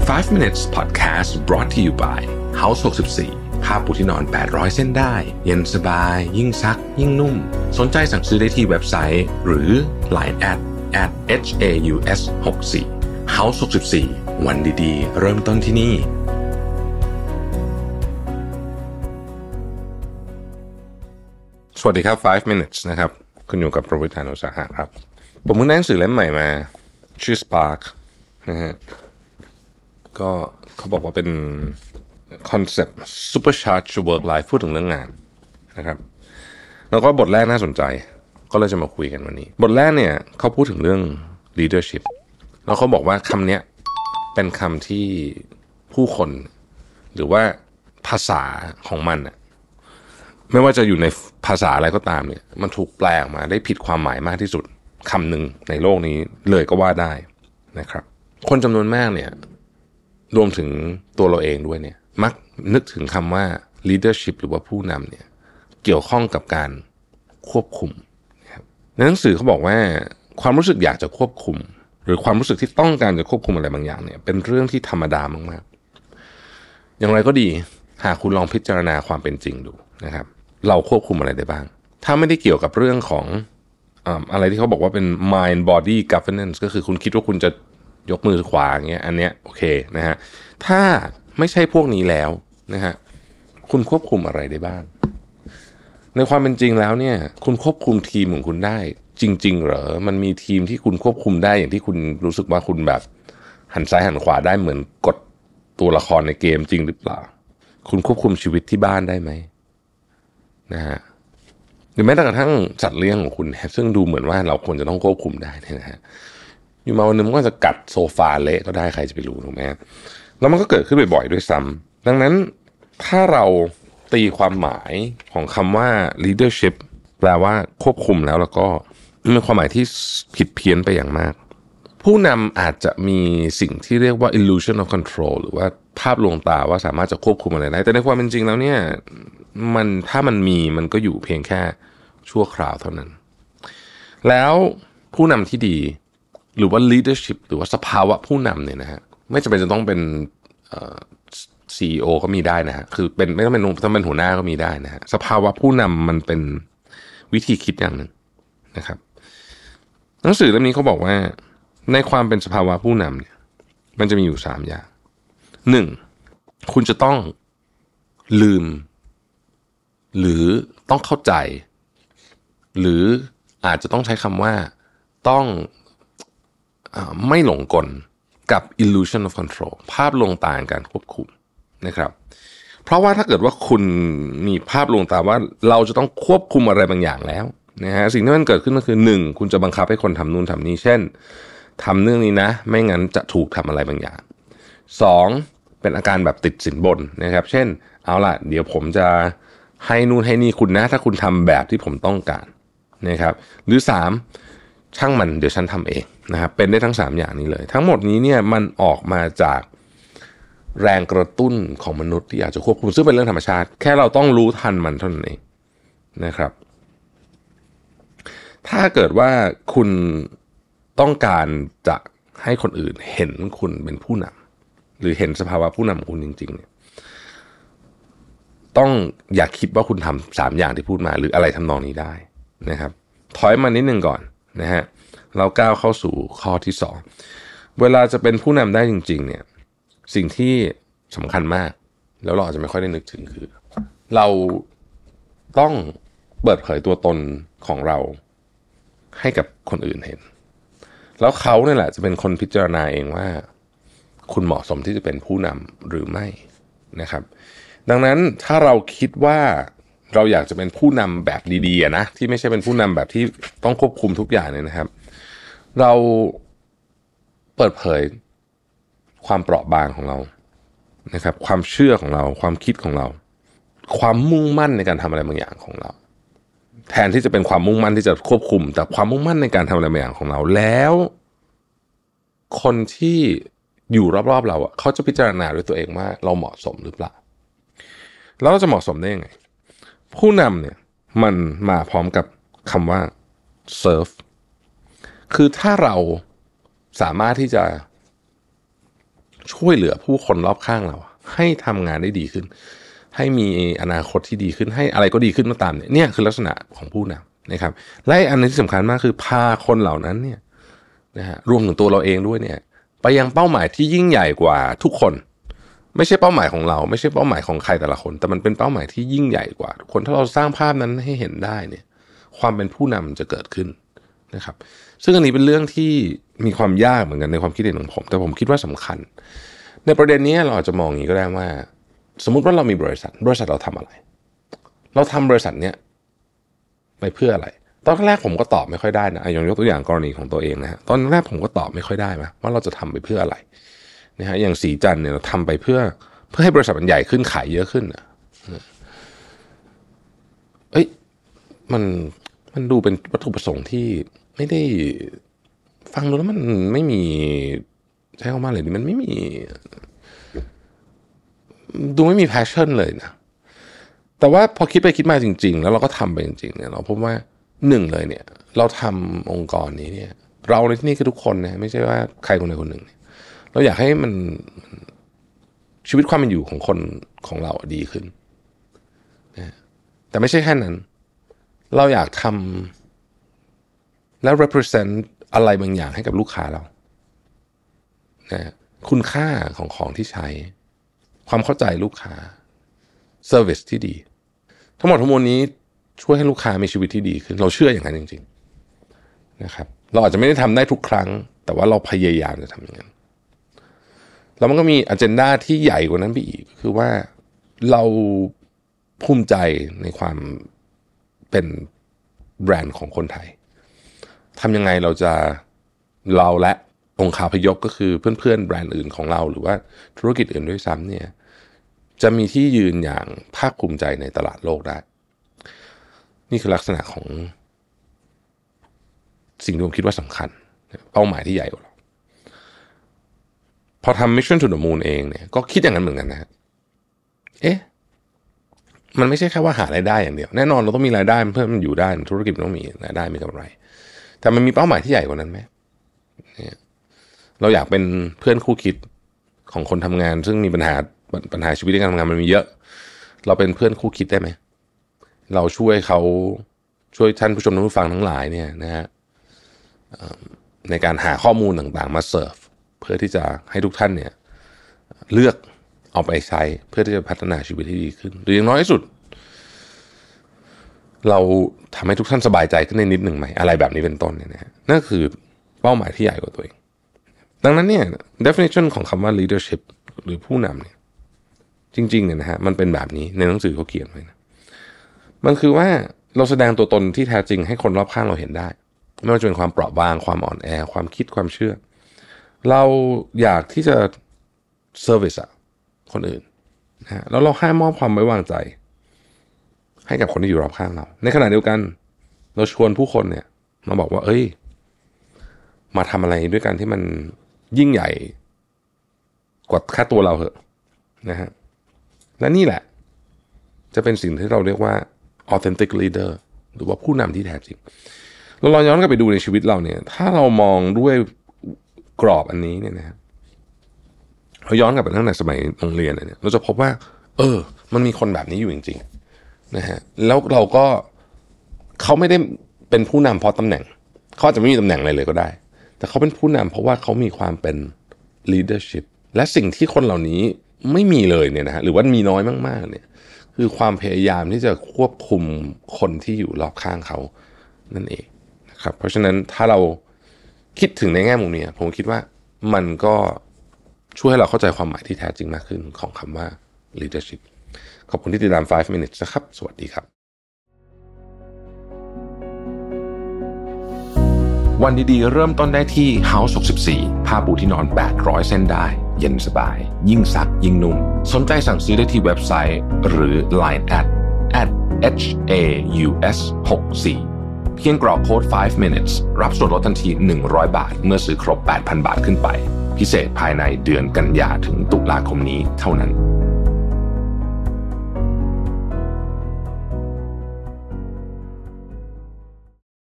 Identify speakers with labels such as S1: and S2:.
S1: 5 minutes podcast brought to you by House 64ผ้าปูที่นอน800เส้นได้เย็นสบายยิ่งซักยิ่งนุ่มสนใจสั่งซื้อได้ที่เว็บไซต์หรือ LINE @HAUS64 House 64วันดีๆเริ่มต้นที่นี่สวัสดีครับ5 minutes นะครับคุณอยู่กับประวิทย์ หาญอุตสาหะครับผมเพิ่งได้หนังสือเล่มใหม่มาชื่อ Spark นะฮะก็เขาบอกว่าเป็นคอนเซ็ปต์ supercharge work life พูดถึงเรื่องงานนะครับแล้วก็บทแรกน่าสนใจก็เลยจะมาคุยกันวันนี้บทแรกเนี่ยเขาพูดถึงเรื่อง leadership แล้วเขาบอกว่าคำนี้เป็นคำที่ผู้คนหรือว่าภาษาของมันน่ะไม่ว่าจะอยู่ในภาษาอะไรก็ตามเนี่ยมันถูกแปลออกมาได้ผิดความหมายมากที่สุดคำหนึ่งในโลกนี้เลยก็ว่าได้นะครับคนจำนวนมากเนี่ยรวมถึงตัวเราเองด้วยเนี่ยมักนึกถึงคำว่า leadership หรือว่าผู้นำเนี่ยเกี่ยวข้องกับการควบคุมนะครับในหนังสือเขาบอกว่าความรู้สึกอยากจะควบคุมหรือความรู้สึกที่ต้องการจะควบคุมอะไรบางอย่างเนี่ยเป็นเรื่องที่ธรรมดามากๆอย่างไรก็ดีหากคุณลองพิจารณาความเป็นจริงดูนะครับเราควบคุมอะไรได้บ้างถ้าไม่ได้เกี่ยวกับเรื่องของอะไรที่เขาบอกว่าเป็น mind body governance ก็คือคุณคิดว่าคุณจะยกมือขวาอย่างเงี้ยอันเนี้ยโอเคนะฮะถ้าไม่ใช่พวกนี้แล้วนะฮะคุณควบคุมอะไรได้บ้างในความเป็นจริงแล้วเนี่ยคุณควบคุมทีมของคุณได้จริงๆเหรอมันมีทีมที่คุณควบคุมได้อย่างที่คุณรู้สึกว่าคุณแบบหันซ้ายหันขวาได้เหมือนกดตัวละครในเกมจริงหรือเปล่าคุณควบคุมชีวิตที่บ้านได้ไหมนะฮะหรือแม้แต่กระทั่งสัตว์เลี้ยงของคุณซึ่งดูเหมือนว่าเราควรจะต้องควบคุมได้นะฮะอยู่มาวันนึงมันก็จะกัดโซฟาเละก็ได้ใครจะไปรู้ถูกไหมแล้วมันก็เกิดขึ้นบ่อยๆด้วยซ้ำดังนั้นถ้าเราตีความหมายของคำว่า leadership แปลว่าควบคุมแล้วก็มีความหมายที่ผิดเพี้ยนไปอย่างมากผู้นำอาจจะมีสิ่งที่เรียกว่า illusion of control หรือว่าภาพลวงตาว่าสามารถจะควบคุมอะไรได้แต่ในความเป็นจริงแล้วเนี่ยถ้ามันก็อยู่เพียงแค่ชั่วคราวเท่านั้นแล้วผู้นำที่ดีหรือว่า leadership หรือว่าสภาวะผู้นำเนี่ยนะฮะไม่จำเป็นจะต้องเป็นCEO ก็มีได้นะฮะคือไม่ต้องเป็นหัวหน้าก็มีได้นะฮะสภาวะผู้นำมันเป็นวิธีคิดอย่างหนึ่งนะครับหนังสือเล่มนี้เขาบอกว่าในความเป็นสภาวะผู้นำเนี่ยมันจะมีอยู่3อย่าง1คุณจะต้องลืมหรือต้องเข้าใจหรืออาจจะต้องใช้คำว่าต้องไม่หลงกลกับ illusion of control ภาพลวงตาการควบคุมนะครับเพราะว่าถ้าเกิดว่าคุณมีภาพลวงตาว่าเราจะต้องควบคุมอะไรบางอย่างแล้วนะฮะสิ่งที่มันเกิดขึ้นก็คือ1คุณจะบังคับให้คนทำนู่นทำนี่เช่นทำเรื่องนี้นะไม่งั้นจะถูกทำอะไรบางอย่าง2เป็นอาการแบบติดสินบนนะครับเช่นเอาล่ะเดี๋ยวผมจะให้นู่นให้นี่คุณนะถ้าคุณทำแบบที่ผมต้องการนะครับหรือ3ช่างมันเดี๋ยวฉันทำเองนะครับเป็นได้ทั้ง3อย่างนี้เลยทั้งหมดนี้เนี่ยมันออกมาจากแรงกระตุ้นของมนุษย์ที่อยากจะควบคุมซึ่งเป็นเรื่องธรรมชาติแค่เราต้องรู้ทันมันเท่านั้นเองนะครับถ้าเกิดว่าคุณต้องการจะให้คนอื่นเห็นคุณเป็นผู้นำหรือเห็นสภาวะผู้นำของคุณจริงๆเนี่ยต้องอย่าคิดว่าคุณทำ3อย่างที่พูดมาหรืออะไรทำนองนี้ได้นะครับถอยมานิดนึงก่อนนะฮะเราก้าวเข้าสู่ข้อที่2เวลาจะเป็นผู้นำได้จริงๆเนี่ยสิ่งที่สำคัญมากแล้วเราอาจจะไม่ค่อยได้นึกถึงคือเราต้องเปิดเผยตัวตนของเราให้กับคนอื่นเห็นแล้วเขาเนี่ยแหละจะเป็นคนพิจารณาเองว่าคุณเหมาะสมที่จะเป็นผู้นำหรือไม่นะครับดังนั้นถ้าเราคิดว่าเราอยากจะเป็นผู้นำแบบดีๆนะที่ไม่ใช่เป็นผู้นำแบบที่ต้องควบคุมทุกอย่างเนี่ยนะครับเราเปิดเผยความเปราะบางของเรานะครับความเชื่อของเราความคิดของเราความมุ่งมั่นในการทำอะไรบางอย่างของเราแทนที่จะเป็นความมุ่งมั่นที่จะควบคุมแต่ความมุ่งมั่นในการทำอะไรบางอย่างของเราแล้วคนที่อยู่รอบๆเราเขาจะพิจารณาด้วยตัวเองว่าเราเหมาะสมหรือเปล่าแล้วเราจะเหมาะสมได้ยังไงผู้นำเนี่ยมันมาพร้อมกับคำว่า serve คือถ้าเราสามารถที่จะช่วยเหลือผู้คนรอบข้างเราให้ทำงานได้ดีขึ้นให้มีอนาคตที่ดีขึ้นให้อะไรก็ดีขึ้นก็ตามเนี่ยคือลักษณะของผู้นำนะครับและอันนึงที่สำคัญมากคือพาคนเหล่านั้นเนี่ยนะฮะรวมถึงตัวเราเองด้วยเนี่ยไปยังเป้าหมายที่ยิ่งใหญ่กว่าทุกคนไม่ใช่เป้าหมายของเราไม่ใช่เป้าหมายของใครแต่ละคนแต่มันเป็นเป้าหมายที่ยิ่งใหญ่กว่าทุกคนถ้าเราสร้างภาพนั้นให้เห็นได้เนี่ยความเป็นผู้นำจะเกิดขึ้นนะครับซึ่งอันนี้เป็นเรื่องที่มีความยากเหมือนกันในความคิดเห็นของผมแต่ผมคิดว่าสำคัญในประเด็นนี้เราอาจจะมองอย่างนี้ก็ได้ว่าสมมุติว่าเรามีบริษัทเราทำอะไรเราทำบริษัทเนี้ยไปเพื่ออะไรตอนแรกผมก็ตอบไม่ค่อยได้นะอย่างยกตัวอย่างกรณีของตัวเองนะฮะตอนแรกผมก็ตอบไม่ค่อยได้ว่าเราจะทำไปเพื่ออะไรนะฮะอย่างสีจันเนี่ยเราทำไปเพื่อให้บริษัทมันใหญ่ขึ้นขายเยอะขึ้นนะมันดูเป็นวัตถุประสงค์ที่ไม่ได้ฟังดูแล้วมันไม่มีใช้คำว่าอะไรดีมันไม่มีดูไม่มี passion เลยนะแต่ว่าพอคิดไปคิดมาจริงๆแล้วเราก็ทำไปจริงๆเนี่ยเราพบว่าหนึ่งเลยเนี่ยเราทำองค์กรนี้เนี่ยเราในที่นี่คือทุกคนนะไม่ใช่ว่าใครคนใดคนหนึ่งเราอยากให้มันชีวิตความเป็นอยู่ของคนของเราดีขึ้นนะแต่ไม่ใช่แค่นั้นเราอยากทำและ represent อะไรบางอย่างให้กับลูกค้าเรานะคุณค่าของที่ใช้ความเข้าใจลูกค้า service ที่ดีทั้งหมดทั้งมวลนี้ช่วยให้ลูกค้ามีชีวิตที่ดีขึ้นเราเชื่ออย่างนั้นจริงๆนะครับเราอาจจะไม่ได้ทำได้ทุกครั้งแต่ว่าเราพยายามจะทำอย่างนั้นแล้วมันก็มี agenda ที่ใหญ่กว่านั้นไปอีกคือว่าเราภูมิใจในความเป็นแบรนด์ของคนไทยทำยังไงเราและองค์คาพยพก็คือเพื่อนๆแบรนด์อื่นของเราหรือว่าธุรกิจอื่นด้วยซ้ำเนี่ยจะมีที่ยืนอย่างภาคภูมิใจในตลาดโลกได้นี่คือลักษณะของสิ่งที่ผมคิดว่าสำคัญเป้าหมายที่ใหญ่กว่าเราพอทำ Mission to the Moon เองเนี่ยก็คิดอย่างนั้นเหมือนกันนะมันไม่ใช่แค่ว่าหารายได้อย่างเดียวแน่นอนเราต้องมีรายได้เพื่อมันอยู่ได้ธุรกิจต้องมีรายได้มีกำไรแต่มันมีเป้าหมายที่ใหญ่กว่านั้นไหมเราอยากเป็นเพื่อนคู่คิดของคนทำงานซึ่งมีปัญหาชีวิตในการทำงานมันมีเยอะเราเป็นเพื่อนคู่คิดได้ไหมเราช่วยท่านผู้ชมผู้ฟังทั้งหลายเนี่ยนะฮะในการหาข้อมูลต่างๆมาเสิร์ฟเพื่อที่จะให้ทุกท่านเนี่ยเลือกเอาไปใช้เพื่อที่จะพัฒนาชีวิตที่ดีขึ้นหรืออย่างน้อยที่สุดเราทำให้ทุกท่านสบายใจขึ้นในนิดหนึ่งไหมอะไรแบบนี้เป็นต้นเนี่ยนะนั่นคือเป้าหมายที่ใหญ่กว่าตัวเองดังนั้นเนี่ย definition ของคำว่า leadership หรือผู้นำเนี่ยจริงๆเนี่ยนะฮะมันเป็นแบบนี้ในหนังสือเขาเขียนไว้นะมันคือว่าเราแสดงตัวตนที่แท้จริงให้คนรอบข้างเราเห็นได้ไม่ว่าจะเป็นความเปราะบางความอ่อนแอความคิดความเชื่อเราอยากที่จะ service คนอื่นนะแล้วเราให้มอบความไว้วางใจให้กับคนที่อยู่รอบข้างเราในขณะเดียวกันเราชวนผู้คนเนี่ยมาบอกว่ามาทำอะไรด้วยกันที่มันยิ่งใหญ่กว่าแค่ตัวเราเหอะนะฮะและนี่แหละจะเป็นสิ่งที่เราเรียกว่า authentic leader หรือว่าผู้นำที่แท้จริงเราย้อนกลับไปดูในชีวิตเราเนี่ยถ้าเรามองด้วยกรอบอันนี้เนี่ยนะเราย้อนกลับไปตั้งแต่สมัยโรงเรียนเนี่ยเราจะพบว่ามันมีคนแบบนี้อยู่จริงๆนะฮะแล้วเขาไม่ได้เป็นผู้นำเพราะตำแหน่งเขาอาจจะไม่มีตำแหน่งอะไรเลยก็ได้แต่เขาเป็นผู้นำเพราะว่าเขามีความเป็น leadership และสิ่งที่คนเหล่านี้ไม่มีเลยเนี่ยนะฮะหรือว่ามีน้อยมากๆเนี่ยคือความพยายามที่จะควบคุมคนที่อยู่รอบข้างเขานั่นเองนะครับเพราะฉะนั้นถ้าเราคิดถึงในแง่มุมนี้ผมคิดว่ามันก็ช่วยให้เราเข้าใจความหมายที่แท้จริงมากขึ้นของคำว่า leadership ขอบคุณที่ติดตาม 5 minutes นะครับสวัสดีครับวันดีๆเริ่มต้นได้ที่ House 64ผ้าปูที่นอน800เส้นได้เย็นสบายยิ่งซักยิ่งนุ่มสนใจสั่งซื้อได้ที่เว็บไซต์หรือ Line @HAUS64 เพียงกรอกโค้ด5 minutes รับส่วนลดทันที100 บาทเมื่อซื้อครบ 8,000 บาทขึ้นไปพิเศษภายในเดือนกันยาถึงตุลาคมนี้เท่านั้น